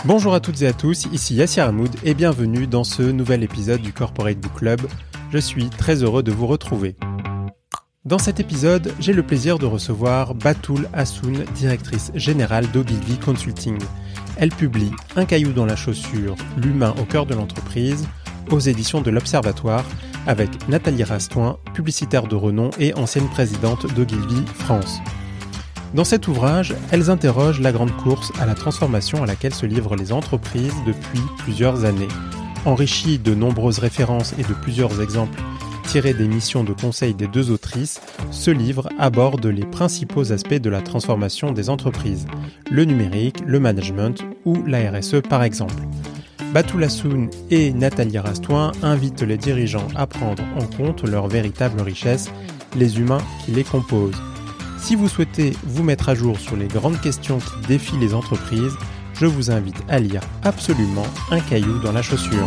Bonjour à toutes et à tous, ici Yassir Hamoud et bienvenue dans ce nouvel épisode du Corporate Book Club. Je suis très heureux de vous retrouver. Dans cet épisode, j'ai le plaisir de recevoir Batoul Hassoun, directrice générale d'Ogilvy Consulting. Elle publie Un caillou dans la chaussure, l'humain au cœur de l'entreprise, aux éditions de l'Observatoire, avec Nathalie Rastoin, publicitaire de renom et ancienne présidente d'Ogilvy France. Dans cet ouvrage, elles interrogent la grande course à la transformation à laquelle se livrent les entreprises depuis plusieurs années. Enrichi de nombreuses références et de plusieurs exemples tirés des missions de conseil des deux autrices, ce livre aborde les principaux aspects de la transformation des entreprises, le numérique, le management ou la RSE par exemple. Batoul Hassoun et Nathalie Rastoin invitent les dirigeants à prendre en compte leur véritable richesse, les humains qui les composent. Si vous souhaitez vous mettre à jour sur les grandes questions qui défient les entreprises, je vous invite à lire absolument Un caillou dans la chaussure.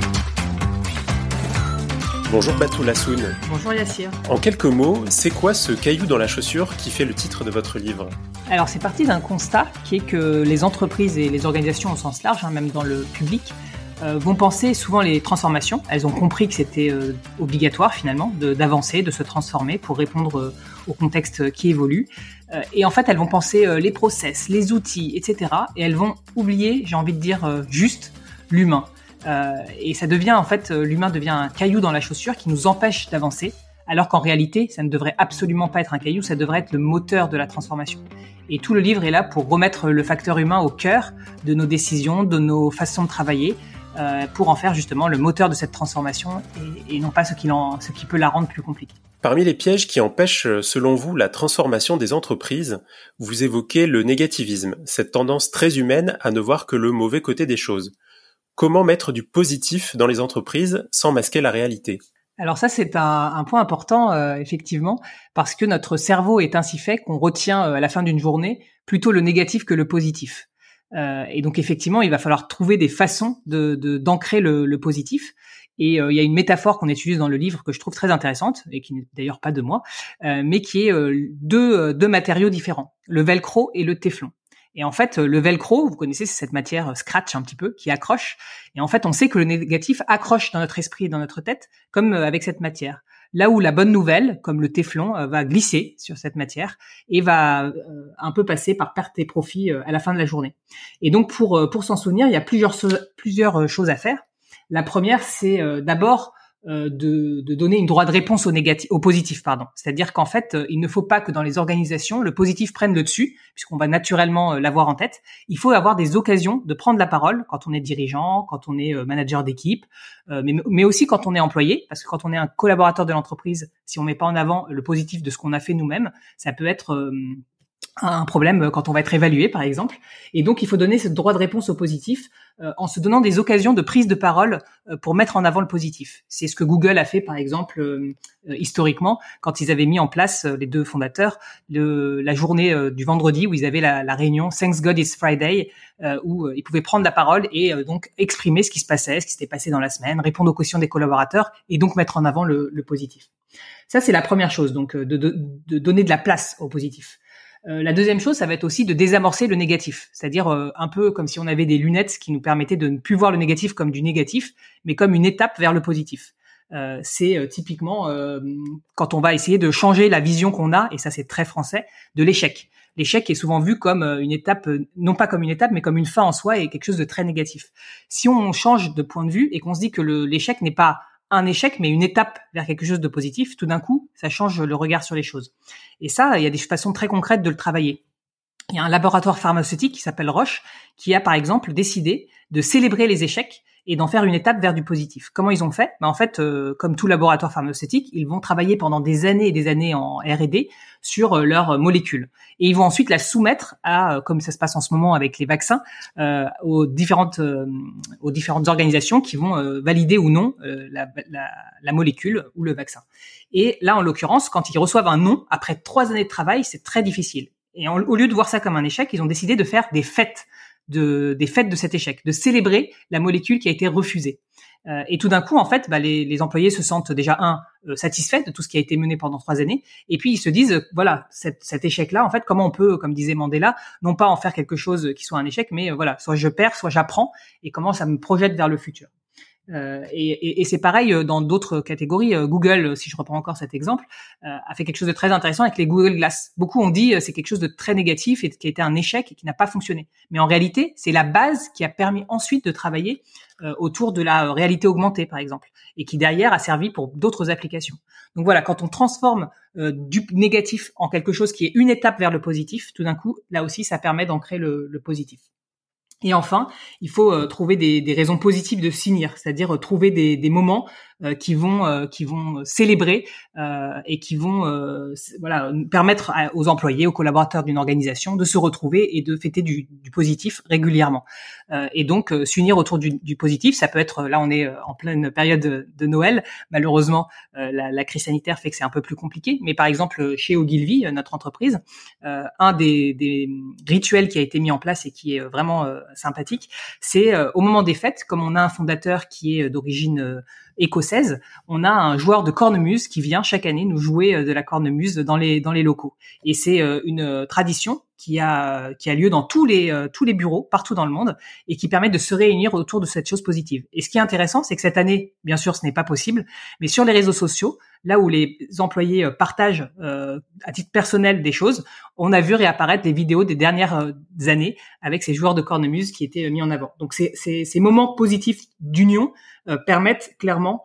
Bonjour Batoul Hassoun. Bonjour Yassir. En quelques mots, c'est quoi ce caillou dans la chaussure qui fait le titre de votre livre ? Alors c'est parti d'un constat qui est que les entreprises et les organisations au sens large, même dans le public, vont penser souvent les transformations. Elles ont compris que c'était obligatoire finalement d'avancer, de se transformer pour répondre au contexte qui évolue. Et en fait, elles vont penser les process, les outils, etc. Et elles vont oublier, j'ai envie de dire, juste l'humain. Et ça devient en fait, l'humain devient un caillou dans la chaussure qui nous empêche d'avancer, alors qu'en réalité, ça ne devrait absolument pas être un caillou, ça devrait être le moteur de la transformation. Et tout le livre est là pour remettre le facteur humain au cœur de nos décisions, de nos façons de travailler, pour en faire justement le moteur de cette transformation et non pas ce qui peut la rendre plus compliquée. Parmi les pièges qui empêchent, selon vous, la transformation des entreprises, vous évoquez le négativisme, cette tendance très humaine à ne voir que le mauvais côté des choses. Comment mettre du positif dans les entreprises sans masquer la réalité ? Alors ça, c'est un point important, effectivement, parce que notre cerveau est ainsi fait qu'on retient à la fin d'une journée plutôt le négatif que le positif. Et donc effectivement, il va falloir trouver des façons d'ancrer le positif. Et il y a une métaphore qu'on utilise dans le livre que je trouve très intéressante et qui n'est d'ailleurs pas de moi, mais qui est deux matériaux différents, le velcro et le téflon. Et en fait, le velcro, vous connaissez, c'est cette matière scratch un petit peu qui accroche. Et en fait, on sait que le négatif accroche dans notre esprit et dans notre tête, comme avec cette matière. Là où la bonne nouvelle, comme le téflon, va glisser sur cette matière et va un peu passer par perte et profit à la fin de la journée. Et donc, pour s'en souvenir, il y a plusieurs choses à faire. La première, c'est d'abord de donner une droite de réponse au positif, pardon. C'est-à-dire qu'en fait, il ne faut pas que dans les organisations, le positif prenne le dessus, puisqu'on va naturellement l'avoir en tête. Il faut avoir des occasions de prendre la parole quand on est dirigeant, quand on est manager d'équipe, mais aussi quand on est employé, parce que quand on est un collaborateur de l'entreprise, si on met pas en avant le positif de ce qu'on a fait nous-mêmes, ça peut être un problème quand on va être évalué, par exemple. Et donc, il faut donner ce droit de réponse au positif en se donnant des occasions de prise de parole pour mettre en avant le positif. C'est ce que Google a fait, par exemple, historiquement, quand ils avaient mis en place, les deux fondateurs, la journée du vendredi où ils avaient la réunion Thanks God It's Friday, où ils pouvaient prendre la parole et donc exprimer ce qui se passait, ce qui s'était passé dans la semaine, répondre aux questions des collaborateurs et donc mettre en avant le positif. Ça, c'est la première chose, donc de donner de la place au positif. La deuxième chose, ça va être aussi de désamorcer le négatif, c'est-à-dire un peu comme si on avait des lunettes qui nous permettaient de ne plus voir le négatif comme du négatif, mais comme une étape vers le positif. C'est typiquement quand on va essayer de changer la vision qu'on a, et ça c'est très français, de l'échec. L'échec est souvent vu comme une étape, non pas comme une étape, mais comme une fin en soi et quelque chose de très négatif. Si on change de point de vue et qu'on se dit que l'échec n'est pas un échec, mais une étape vers quelque chose de positif, tout d'un coup, ça change le regard sur les choses. Et ça, il y a des façons très concrètes de le travailler. Il y a un laboratoire pharmaceutique qui s'appelle Roche, qui a par exemple décidé de célébrer les échecs et d'en faire une étape vers du positif. Comment ils ont fait ? En fait, comme tout laboratoire pharmaceutique, ils vont travailler pendant des années et des années en R&D sur leurs molécules. Et ils vont ensuite la soumettre à, comme ça se passe en ce moment avec les vaccins, aux différentes organisations qui vont valider ou non la molécule ou le vaccin. Et là, en l'occurrence, quand ils reçoivent un non, après 3 années de travail, c'est très difficile. Et au lieu de voir ça comme un échec, ils ont décidé de faire des fêtes de cet échec, de célébrer la molécule qui a été refusée. Et tout d'un coup, en fait, les employés se sentent déjà satisfaits de tout ce qui a été mené pendant 3 années, et puis ils se disent voilà, cet échec-là, en fait, comment on peut, comme disait Mandela, non pas en faire quelque chose qui soit un échec, mais voilà, soit je perds, soit j'apprends, et comment ça me projette vers le futur. Et c'est pareil dans d'autres catégories. Google, si je reprends encore cet exemple, a fait quelque chose de très intéressant avec les Google Glass. Beaucoup ont dit c'est quelque chose de très négatif et qui a été un échec et qui n'a pas fonctionné. Mais en réalité, c'est la base qui a permis ensuite de travailler autour de la réalité augmentée, par exemple, et qui derrière a servi pour d'autres applications. Donc voilà, quand on transforme du négatif en quelque chose qui est une étape vers le positif, tout d'un coup, là aussi, ça permet d'ancrer le positif. Et enfin, il faut trouver des raisons positives de s'unir, c'est-à-dire trouver des moments qui vont célébrer et qui vont permettre aux employés, aux collaborateurs d'une organisation de se retrouver et de fêter du positif régulièrement. Et donc s'unir autour du positif, ça peut être, là on est en pleine période de Noël, malheureusement la crise sanitaire fait que c'est un peu plus compliqué, mais par exemple chez Ogilvy, notre entreprise, un des rituels qui a été mis en place et qui est vraiment sympathique, c'est au moment des fêtes, comme on a un fondateur qui est d'origine écossaise, on a un joueur de cornemuse qui vient chaque année nous jouer de la cornemuse dans les locaux. Et c'est une tradition qui a lieu dans tous les bureaux partout dans le monde et qui permet de se réunir autour de cette chose positive. Et ce qui est intéressant, c'est que cette année, bien sûr, ce n'est pas possible, mais sur les réseaux sociaux, là où les employés partagent à titre personnel des choses, on a vu réapparaître des vidéos des dernières années avec ces joueurs de cornemuse qui étaient mis en avant. Donc ces moments positifs d'union permettent clairement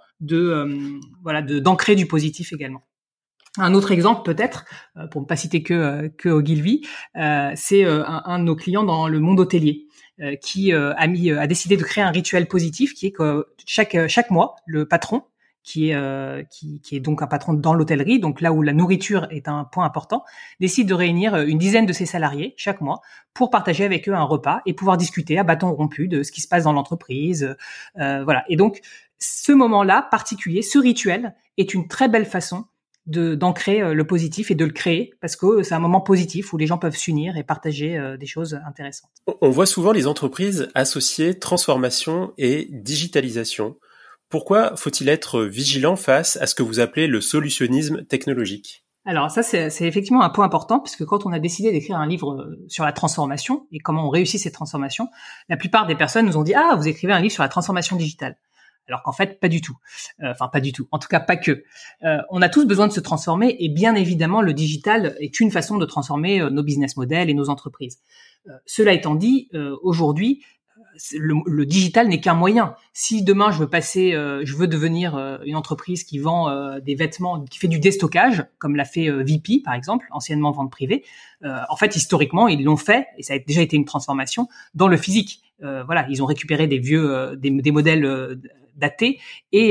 d'ancrer du positif également. Un autre exemple peut-être, pour ne pas citer que Ogilvy, c'est un de nos clients dans le monde hôtelier qui a décidé de créer un rituel positif qui est que chaque mois, le patron qui est donc un patron dans l'hôtellerie, donc là où la nourriture est un point important, décide de réunir une dizaine de ses salariés chaque mois pour partager avec eux un repas et pouvoir discuter à bâton rompu de ce qui se passe dans l'entreprise. Voilà. Et donc, ce moment-là particulier, ce rituel, est une très belle façon d'ancrer le positif et de le créer, parce que c'est un moment positif où les gens peuvent s'unir et partager des choses intéressantes. On voit souvent les entreprises associer transformation et digitalisation. Pourquoi faut-il être vigilant face à ce que vous appelez le solutionnisme technologique ? Alors ça, c'est effectivement un point important, puisque quand on a décidé d'écrire un livre sur la transformation et comment on réussit cette transformation, la plupart des personnes nous ont dit « Ah, vous écrivez un livre sur la transformation digitale ». Alors qu'en fait, pas du tout. Enfin, pas du tout. En tout cas, pas que. On a tous besoin de se transformer et bien évidemment, le digital est une façon de transformer nos business models et nos entreprises. Cela étant dit, aujourd'hui, le digital n'est qu'un moyen. Si demain je veux devenir une entreprise qui vend des vêtements, qui fait du déstockage, comme l'a fait VP par exemple, anciennement vente privée, en fait historiquement ils l'ont fait et ça a déjà été une transformation dans le physique. Voilà, ils ont récupéré des vieux des modèles datés et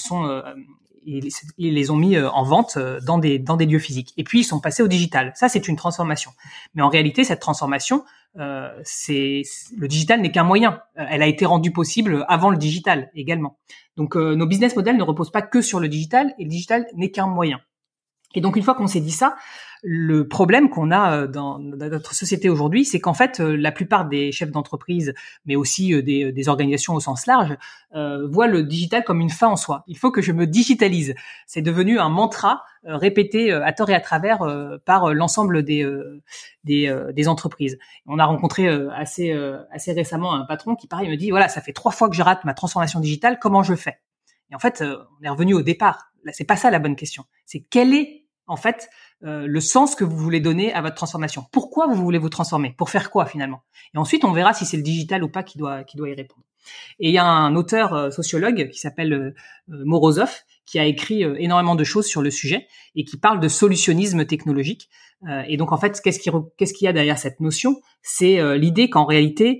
ils les ont mis en vente dans des lieux physiques. Et puis ils sont passés au digital. Ça, c'est une transformation. Mais en réalité, cette transformation, le digital n'est qu'un moyen. Elle a été rendue possible avant le digital également. Donc nos business models ne reposent pas que sur le digital et le digital n'est qu'un moyen. Et donc une fois qu'on s'est dit ça, le problème qu'on a dans notre société aujourd'hui, c'est qu'en fait la plupart des chefs d'entreprise, mais aussi des organisations au sens large, voient le digital comme une fin en soi. Il faut que je me digitalise. C'est devenu un mantra répété à tort et à travers par l'ensemble des entreprises. On a rencontré assez récemment un patron qui pareil me dit voilà, ça fait 3 fois que je rate ma transformation digitale, comment je fais ? Et en fait, on est revenu au départ. Là, c'est pas ça la bonne question. C'est quel est en fait le sens que vous voulez donner à votre transformation. Pourquoi vous voulez vous transformer ? Pour faire quoi finalement ? Et ensuite, on verra si c'est le digital ou pas qui doit y répondre. Et il y a un auteur sociologue qui s'appelle Morozov qui a écrit énormément de choses sur le sujet et qui parle de solutionnisme technologique. Et donc en fait, qu'est-ce qu'il y a derrière cette notion ? C'est l'idée qu'en réalité,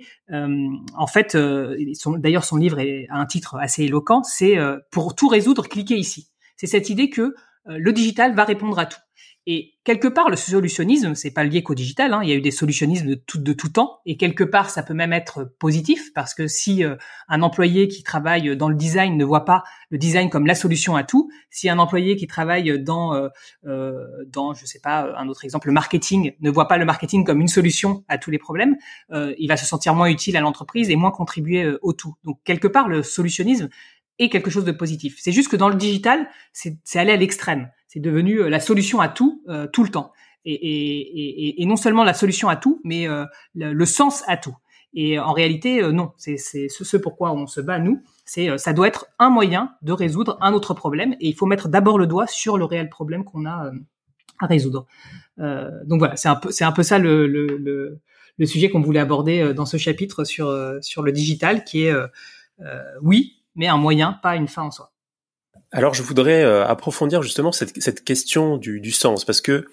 d'ailleurs son livre a un titre assez éloquent, c'est pour tout résoudre, cliquez ici. C'est cette idée que le digital va répondre à tout. Et quelque part, le solutionnisme, c'est pas lié qu'au digital, hein. Il y a eu des solutionnismes de tout temps. Et quelque part, ça peut même être positif parce que si un employé qui travaille dans le design ne voit pas le design comme la solution à tout, si un employé qui travaille dans je sais pas, un autre exemple, le marketing, ne voit pas le marketing comme une solution à tous les problèmes, il va se sentir moins utile à l'entreprise et moins contribuer au tout. Donc quelque part, le solutionnisme et quelque chose de positif. C'est juste que dans le digital, c'est aller à l'extrême. C'est devenu la solution à tout, tout le temps. Et non seulement la solution à tout, mais le sens à tout. Et en réalité, non. C'est ce pourquoi on se bat, nous. Ça doit être un moyen de résoudre un autre problème. Et il faut mettre d'abord le doigt sur le réel problème qu'on a à résoudre. Donc voilà, c'est un peu ça le sujet qu'on voulait aborder dans ce chapitre sur le digital, qui est oui, mais un moyen, pas une fin en soi. Alors je voudrais approfondir justement cette question du sens, parce que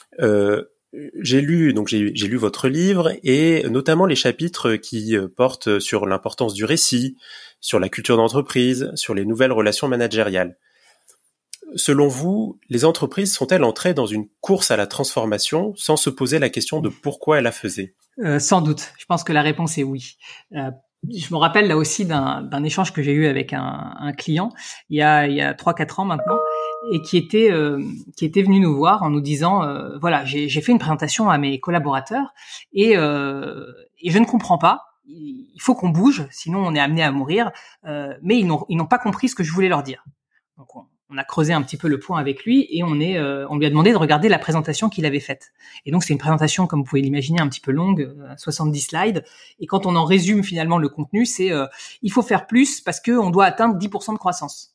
j'ai lu votre livre, et notamment les chapitres qui portent sur l'importance du récit, sur la culture d'entreprise, sur les nouvelles relations managériales. Selon vous, les entreprises sont-elles entrées dans une course à la transformation sans se poser la question de pourquoi elles la faisaient ? Sans doute. Je pense que la réponse est oui. Je me rappelle là aussi d'un échange que j'ai eu avec un client il y a 3-4 ans maintenant, et qui était venu nous voir en nous disant voilà, j'ai fait une présentation à mes collaborateurs et je ne comprends pas. Il faut qu'on bouge, sinon on est amené à mourir. Mais ils n'ont pas compris ce que je voulais leur dire. Donc on a creusé un petit peu le point avec lui, et on lui a demandé de regarder la présentation qu'il avait faite. Et donc c'est une présentation, comme vous pouvez l'imaginer, un petit peu longue, 70 slides. Et quand on en résume finalement le contenu, c'est il faut faire plus parce que on doit atteindre 10% de croissance.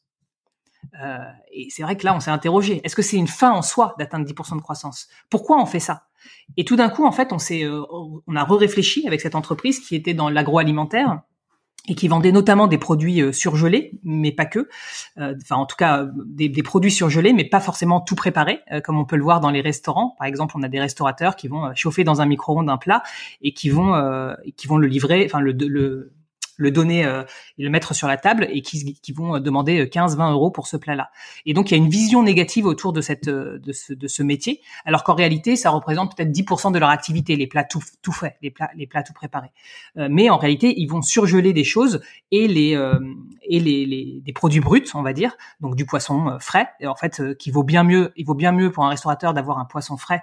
Et c'est vrai que là on s'est interrogé. Est-ce que c'est une fin en soi d'atteindre 10% de croissance ? Pourquoi on fait ça ? Et tout d'un coup, en fait, on a réfléchi avec cette entreprise qui était dans l'agroalimentaire et qui vendait notamment des produits surgelés, mais pas que. En tout cas, des produits surgelés, mais pas forcément tout préparé, comme on peut le voir dans les restaurants. Par exemple, on a des restaurateurs qui vont chauffer dans un micro-ondes un plat et qui vont le livrer, enfin le donner et le mettre sur la table, et qui vont demander 15-20 euros pour ce plat-là. Et donc il y a une vision négative autour de ce métier, alors qu'en réalité ça représente peut-être 10% de leur activité, les plats tout faits, les plats tout préparés. Mais en réalité ils vont surgeler des choses et des produits bruts, on va dire, donc du poisson frais. Et en fait, il vaut bien mieux pour un restaurateur d'avoir un poisson frais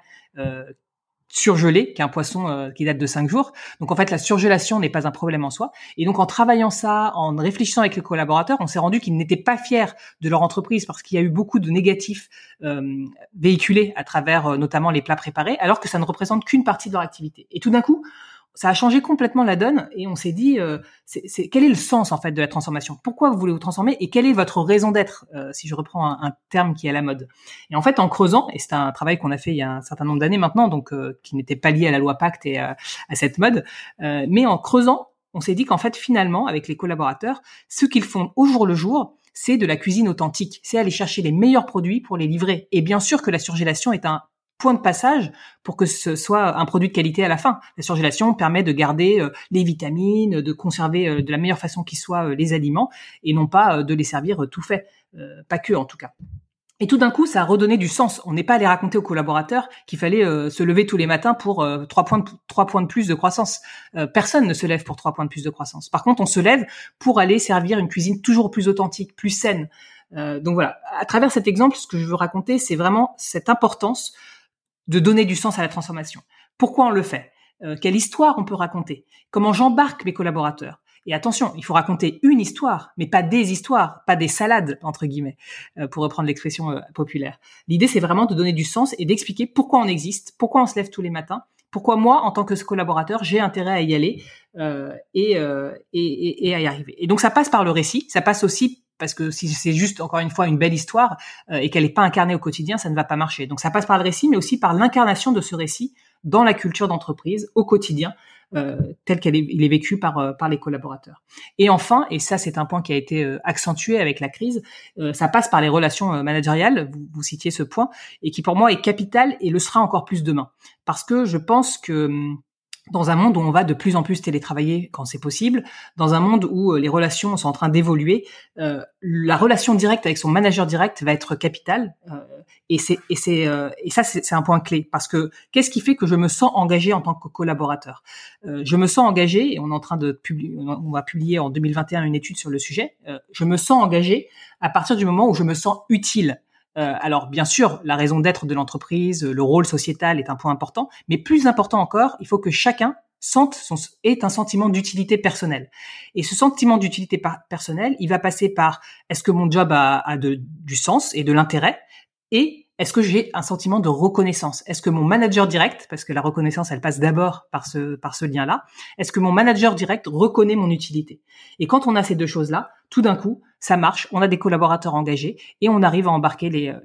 surgelé qu'un poisson qui date de 5 jours. Donc en fait, la surgélation n'est pas un problème en soi. Et donc en travaillant ça, en réfléchissant avec les collaborateurs, on s'est rendu qu'ils n'étaient pas fiers de leur entreprise parce qu'il y a eu beaucoup de négatifs véhiculés à travers notamment les plats préparés, alors que ça ne représente qu'une partie de leur activité. Et tout d'un coup, ça a changé complètement la donne, et on s'est dit quel est le sens en fait de la transformation ? Pourquoi vous voulez vous transformer et quelle est votre raison d'être, si je reprends un terme qui est à la mode. Et en fait, en creusant, et c'est un travail qu'on a fait il y a un certain nombre d'années maintenant, donc qui n'était pas lié à la loi Pacte et à cette mode, mais en creusant, on s'est dit qu'en fait finalement avec les collaborateurs, ce qu'ils font au jour le jour, c'est de la cuisine authentique, c'est aller chercher les meilleurs produits pour les livrer. Et bien sûr que la surgélation est un point de passage pour que ce soit un produit de qualité à la fin. La surgélation permet de garder les vitamines, de conserver de la meilleure façon qui soit les aliments, et non pas de les servir tout fait, pas que en tout cas. Et tout d'un coup, ça a redonné du sens. On n'est pas allé raconter aux collaborateurs qu'il fallait se lever tous les matins pour 3 points de plus de croissance. Personne ne se lève pour 3 points de plus de croissance. Par contre, on se lève pour aller servir une cuisine toujours plus authentique, plus saine. Donc voilà, à travers cet exemple, ce que je veux raconter, c'est vraiment cette importance de donner du sens à la transformation. Pourquoi on le fait ? Quelle histoire on peut raconter ? Comment j'embarque mes collaborateurs ? Et attention, il faut raconter une histoire, mais pas des histoires, pas des salades, entre guillemets, pour reprendre l'expression populaire. L'idée, c'est vraiment de donner du sens et d'expliquer pourquoi on existe, pourquoi on se lève tous les matins, pourquoi moi, en tant que collaborateur, j'ai intérêt à y aller et à y arriver. Et donc, ça passe par le récit, ça passe aussi parce que si c'est juste, encore une fois, une belle histoire et qu'elle n'est pas incarnée au quotidien, ça ne va pas marcher. Donc ça passe par le récit, mais aussi par l'incarnation de ce récit dans la culture d'entreprise, au quotidien, tel il est vécu par les collaborateurs. Et enfin, et ça c'est un point qui a été accentué avec la crise, ça passe par les relations managériales, vous citiez ce point, et qui pour moi est capital et le sera encore plus demain. Parce que je pense que dans un monde où on va de plus en plus télétravailler quand c'est possible, dans un monde où les relations sont en train d'évoluer, la relation directe avec son manager direct va être capitale. Et ça c'est un point clé, parce que qu'est-ce qui fait que je me sens engagé en tant que collaborateur ? Je me sens engagé, et on est en train de on va publier en 2021 une étude sur le sujet. Je me sens engagé à partir du moment où je me sens utile. Alors bien sûr, la raison d'être de l'entreprise, le rôle sociétal est un point important, mais plus important encore, il faut que chacun est un sentiment d'utilité personnelle. Et ce sentiment d'utilité personnelle, il va passer par est-ce que mon job a du sens et de l'intérêt, et est-ce que j'ai un sentiment de reconnaissance? Est-ce que mon manager direct, parce que la reconnaissance, elle passe d'abord par ce lien-là, est-ce que mon manager direct reconnaît mon utilité? Et quand on a ces deux choses-là, tout d'un coup, ça marche, on a des collaborateurs engagés et on arrive à embarquer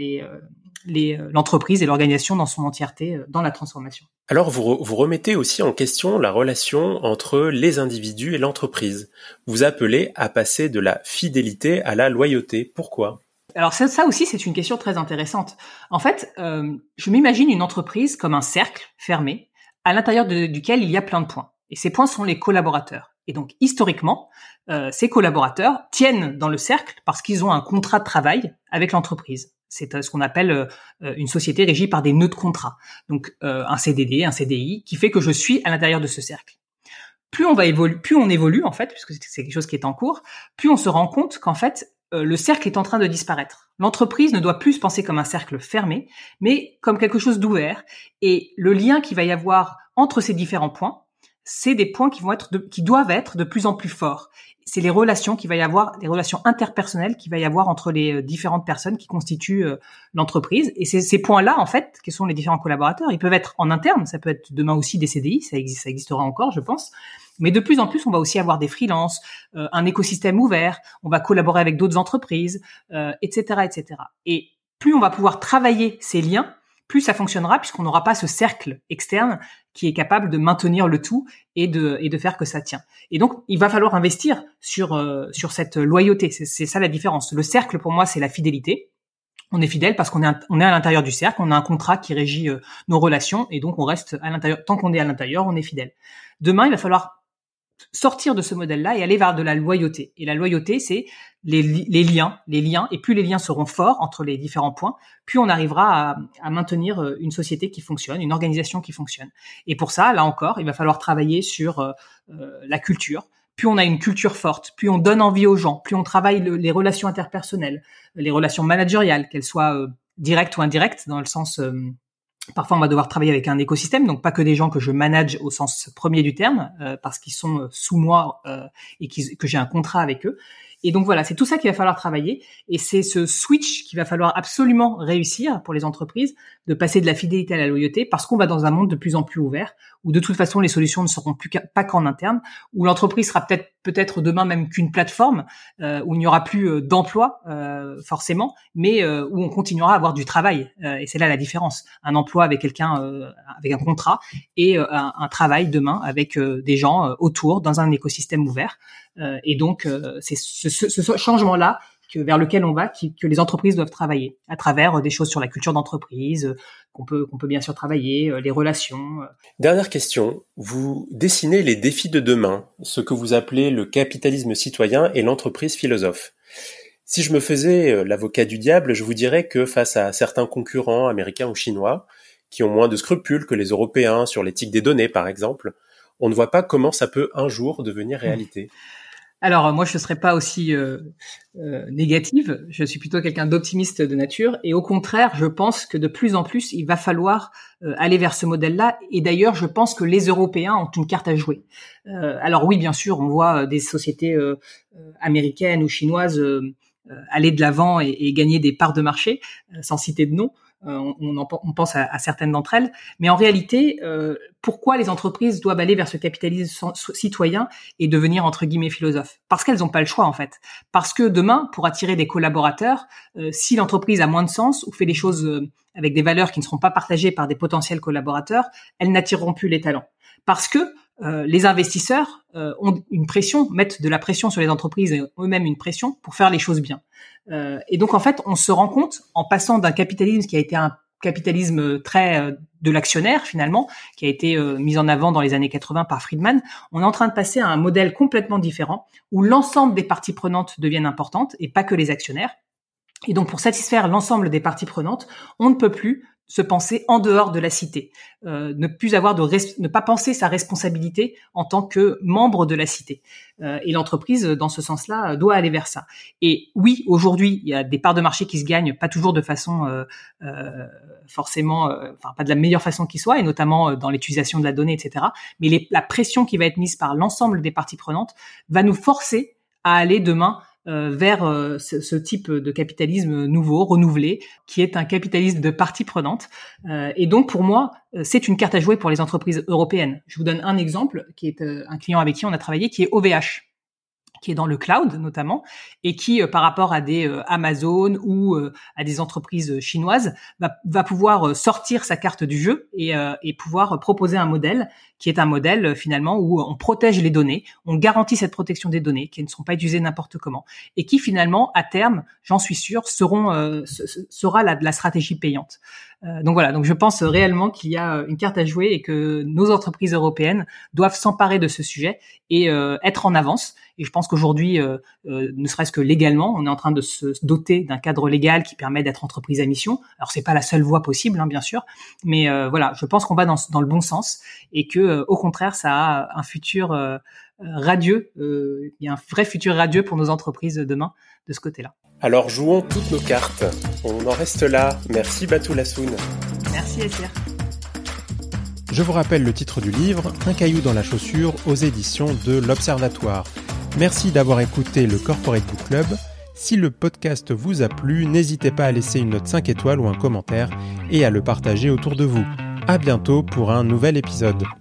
l'entreprise et l'organisation dans son entièreté dans la transformation. Alors, vous remettez aussi en question la relation entre les individus et l'entreprise. Vous appelez à passer de la fidélité à la loyauté. Pourquoi ? Alors ça aussi, c'est une question très intéressante. En fait, je m'imagine une entreprise comme un cercle fermé à l'intérieur duquel il y a plein de points. Et ces points sont les collaborateurs. Et donc, historiquement, ces collaborateurs tiennent dans le cercle parce qu'ils ont un contrat de travail avec l'entreprise. C'est ce qu'on appelle une société régie par des nœuds de contrat. Donc, un CDD, un CDI, qui fait que je suis à l'intérieur de ce cercle. Plus on évolue, en fait, puisque c'est quelque chose qui est en cours, plus on se rend compte qu'en fait, le cercle est en train de disparaître. L'entreprise ne doit plus se penser comme un cercle fermé, mais comme quelque chose d'ouvert. Et le lien qu'il va y avoir entre ces différents points, c'est des points qui doivent être de plus en plus forts. C'est les relations qu'il va y avoir, les relations interpersonnelles qu'il va y avoir entre les différentes personnes qui constituent l'entreprise. Et ces points-là, en fait, qui sont les différents collaborateurs, ils peuvent être en interne, ça peut être demain aussi des CDI, ça existera encore, je pense. Mais de plus en plus, on va aussi avoir des freelances, un écosystème ouvert, on va collaborer avec d'autres entreprises, etc., etc. Et plus on va pouvoir travailler ces liens, plus ça fonctionnera, puisqu'on n'aura pas ce cercle externe qui est capable de maintenir le tout et de faire que ça tient. Et donc, il va falloir investir sur cette loyauté. C'est ça la différence. Le cercle, pour moi, c'est la fidélité. On est fidèle parce qu'on est à l'intérieur du cercle, on a un contrat qui régit nos relations, et donc on reste à l'intérieur. Tant qu'on est à l'intérieur, on est fidèle. Demain, il va falloir sortir de ce modèle-là et aller vers de la loyauté. Et la loyauté, c'est les liens, et plus les liens seront forts entre les différents points, plus on arrivera à maintenir une société qui fonctionne, une organisation qui fonctionne. Et pour ça, là encore, il va falloir travailler sur la culture. Plus on a une culture forte, plus on donne envie aux gens, plus on travaille les relations interpersonnelles, les relations managériales, qu'elles soient directes ou indirectes, dans le sens... Parfois, on va devoir travailler avec un écosystème, donc pas que des gens que je manage au sens premier du terme, parce qu'ils sont sous moi et que j'ai un contrat avec eux. Et donc voilà, c'est tout ça qu'il va falloir travailler. Et c'est ce switch qu'il va falloir absolument réussir pour les entreprises, de passer de la fidélité à la loyauté, parce qu'on va dans un monde de plus en plus ouvert, où de toute façon les solutions ne seront pas qu'en interne, où l'entreprise sera peut-être demain même qu'une plateforme, où il n'y aura plus d'emploi forcément, mais où on continuera à avoir du travail. Et c'est là la différence. Un emploi avec quelqu'un, avec un contrat, et un travail demain avec des gens autour, dans un écosystème ouvert. Et donc, c'est ce changement-là vers lequel on va, que les entreprises doivent travailler à travers des choses sur la culture d'entreprise, qu'on peut bien sûr travailler, les relations. Dernière question, vous dessinez les défis de demain, ce que vous appelez le capitalisme citoyen et l'entreprise philosophe. Si je me faisais l'avocat du diable, je vous dirais que face à certains concurrents américains ou chinois, qui ont moins de scrupules que les Européens sur l'éthique des données par exemple, on ne voit pas comment ça peut un jour devenir réalité. Alors moi je ne serais pas aussi négative, je suis plutôt quelqu'un d'optimiste de nature, et au contraire je pense que de plus en plus il va falloir aller vers ce modèle-là, et d'ailleurs je pense que les Européens ont une carte à jouer. Alors oui, bien sûr, on voit des sociétés américaines ou chinoises aller de l'avant et gagner des parts de marché, sans citer de nom. On pense à certaines d'entre elles, mais en réalité, pourquoi les entreprises doivent aller vers ce capitalisme citoyen et devenir entre guillemets philosophes? Parce qu'elles n'ont pas le choix en fait. Parce que demain, pour attirer des collaborateurs, si l'entreprise a moins de sens ou fait des choses avec des valeurs qui ne seront pas partagées par des potentiels collaborateurs, elles n'attireront plus les talents. Parce que les investisseurs ont une pression, mettent de la pression sur les entreprises et eux-mêmes une pression pour faire les choses bien. Et donc en fait, on se rend compte en passant d'un capitalisme qui a été un capitalisme très de l'actionnaire finalement, qui a été mis en avant dans les années 80 par Friedman, on est en train de passer à un modèle complètement différent où l'ensemble des parties prenantes deviennent importantes et pas que les actionnaires. Et donc pour satisfaire l'ensemble des parties prenantes, on ne peut plus se penser en dehors de la cité, ne pas penser sa responsabilité en tant que membre de la cité. Et l'entreprise, dans ce sens-là, doit aller vers ça. Et oui, aujourd'hui, il y a des parts de marché qui se gagnent, pas toujours de façon forcément, pas de la meilleure façon qui soit, et notamment dans l'utilisation de la donnée, etc. Mais la pression qui va être mise par l'ensemble des parties prenantes va nous forcer à aller demain vers ce type de capitalisme nouveau, renouvelé, qui est un capitalisme de parties prenantes. Et donc, pour moi, c'est une carte à jouer pour les entreprises européennes. Je vous donne un exemple, qui est un client avec qui on a travaillé, qui est OVH, qui est dans le cloud notamment, et qui, par rapport à des Amazon ou à des entreprises chinoises, va pouvoir sortir sa carte du jeu et pouvoir proposer un modèle qui est un modèle finalement où on protège les données, on garantit cette protection des données qui ne sont pas utilisées n'importe comment, et qui finalement, à terme, j'en suis sûr, sera la stratégie payante. Donc voilà, donc je pense réellement qu'il y a une carte à jouer et que nos entreprises européennes doivent s'emparer de ce sujet et être en avance. Et je pense qu'aujourd'hui, ne serait-ce que légalement, on est en train de se doter d'un cadre légal qui permet d'être entreprise à mission. Alors c'est pas la seule voie possible, bien sûr, mais voilà, je pense qu'on va dans le bon sens et que au contraire, ça a un futur radieux. Il y a un vrai futur radieux pour nos entreprises demain de ce côté-là. Alors jouons toutes nos cartes. On en reste là. Merci Batoul Hassoun. Merci Yassir. Je vous rappelle le titre du livre, Un caillou dans la chaussure, aux éditions de l'Observatoire. Merci d'avoir écouté le Corporate Book Club. Si le podcast vous a plu, n'hésitez pas à laisser une note 5 étoiles ou un commentaire et à le partager autour de vous. À bientôt pour un nouvel épisode.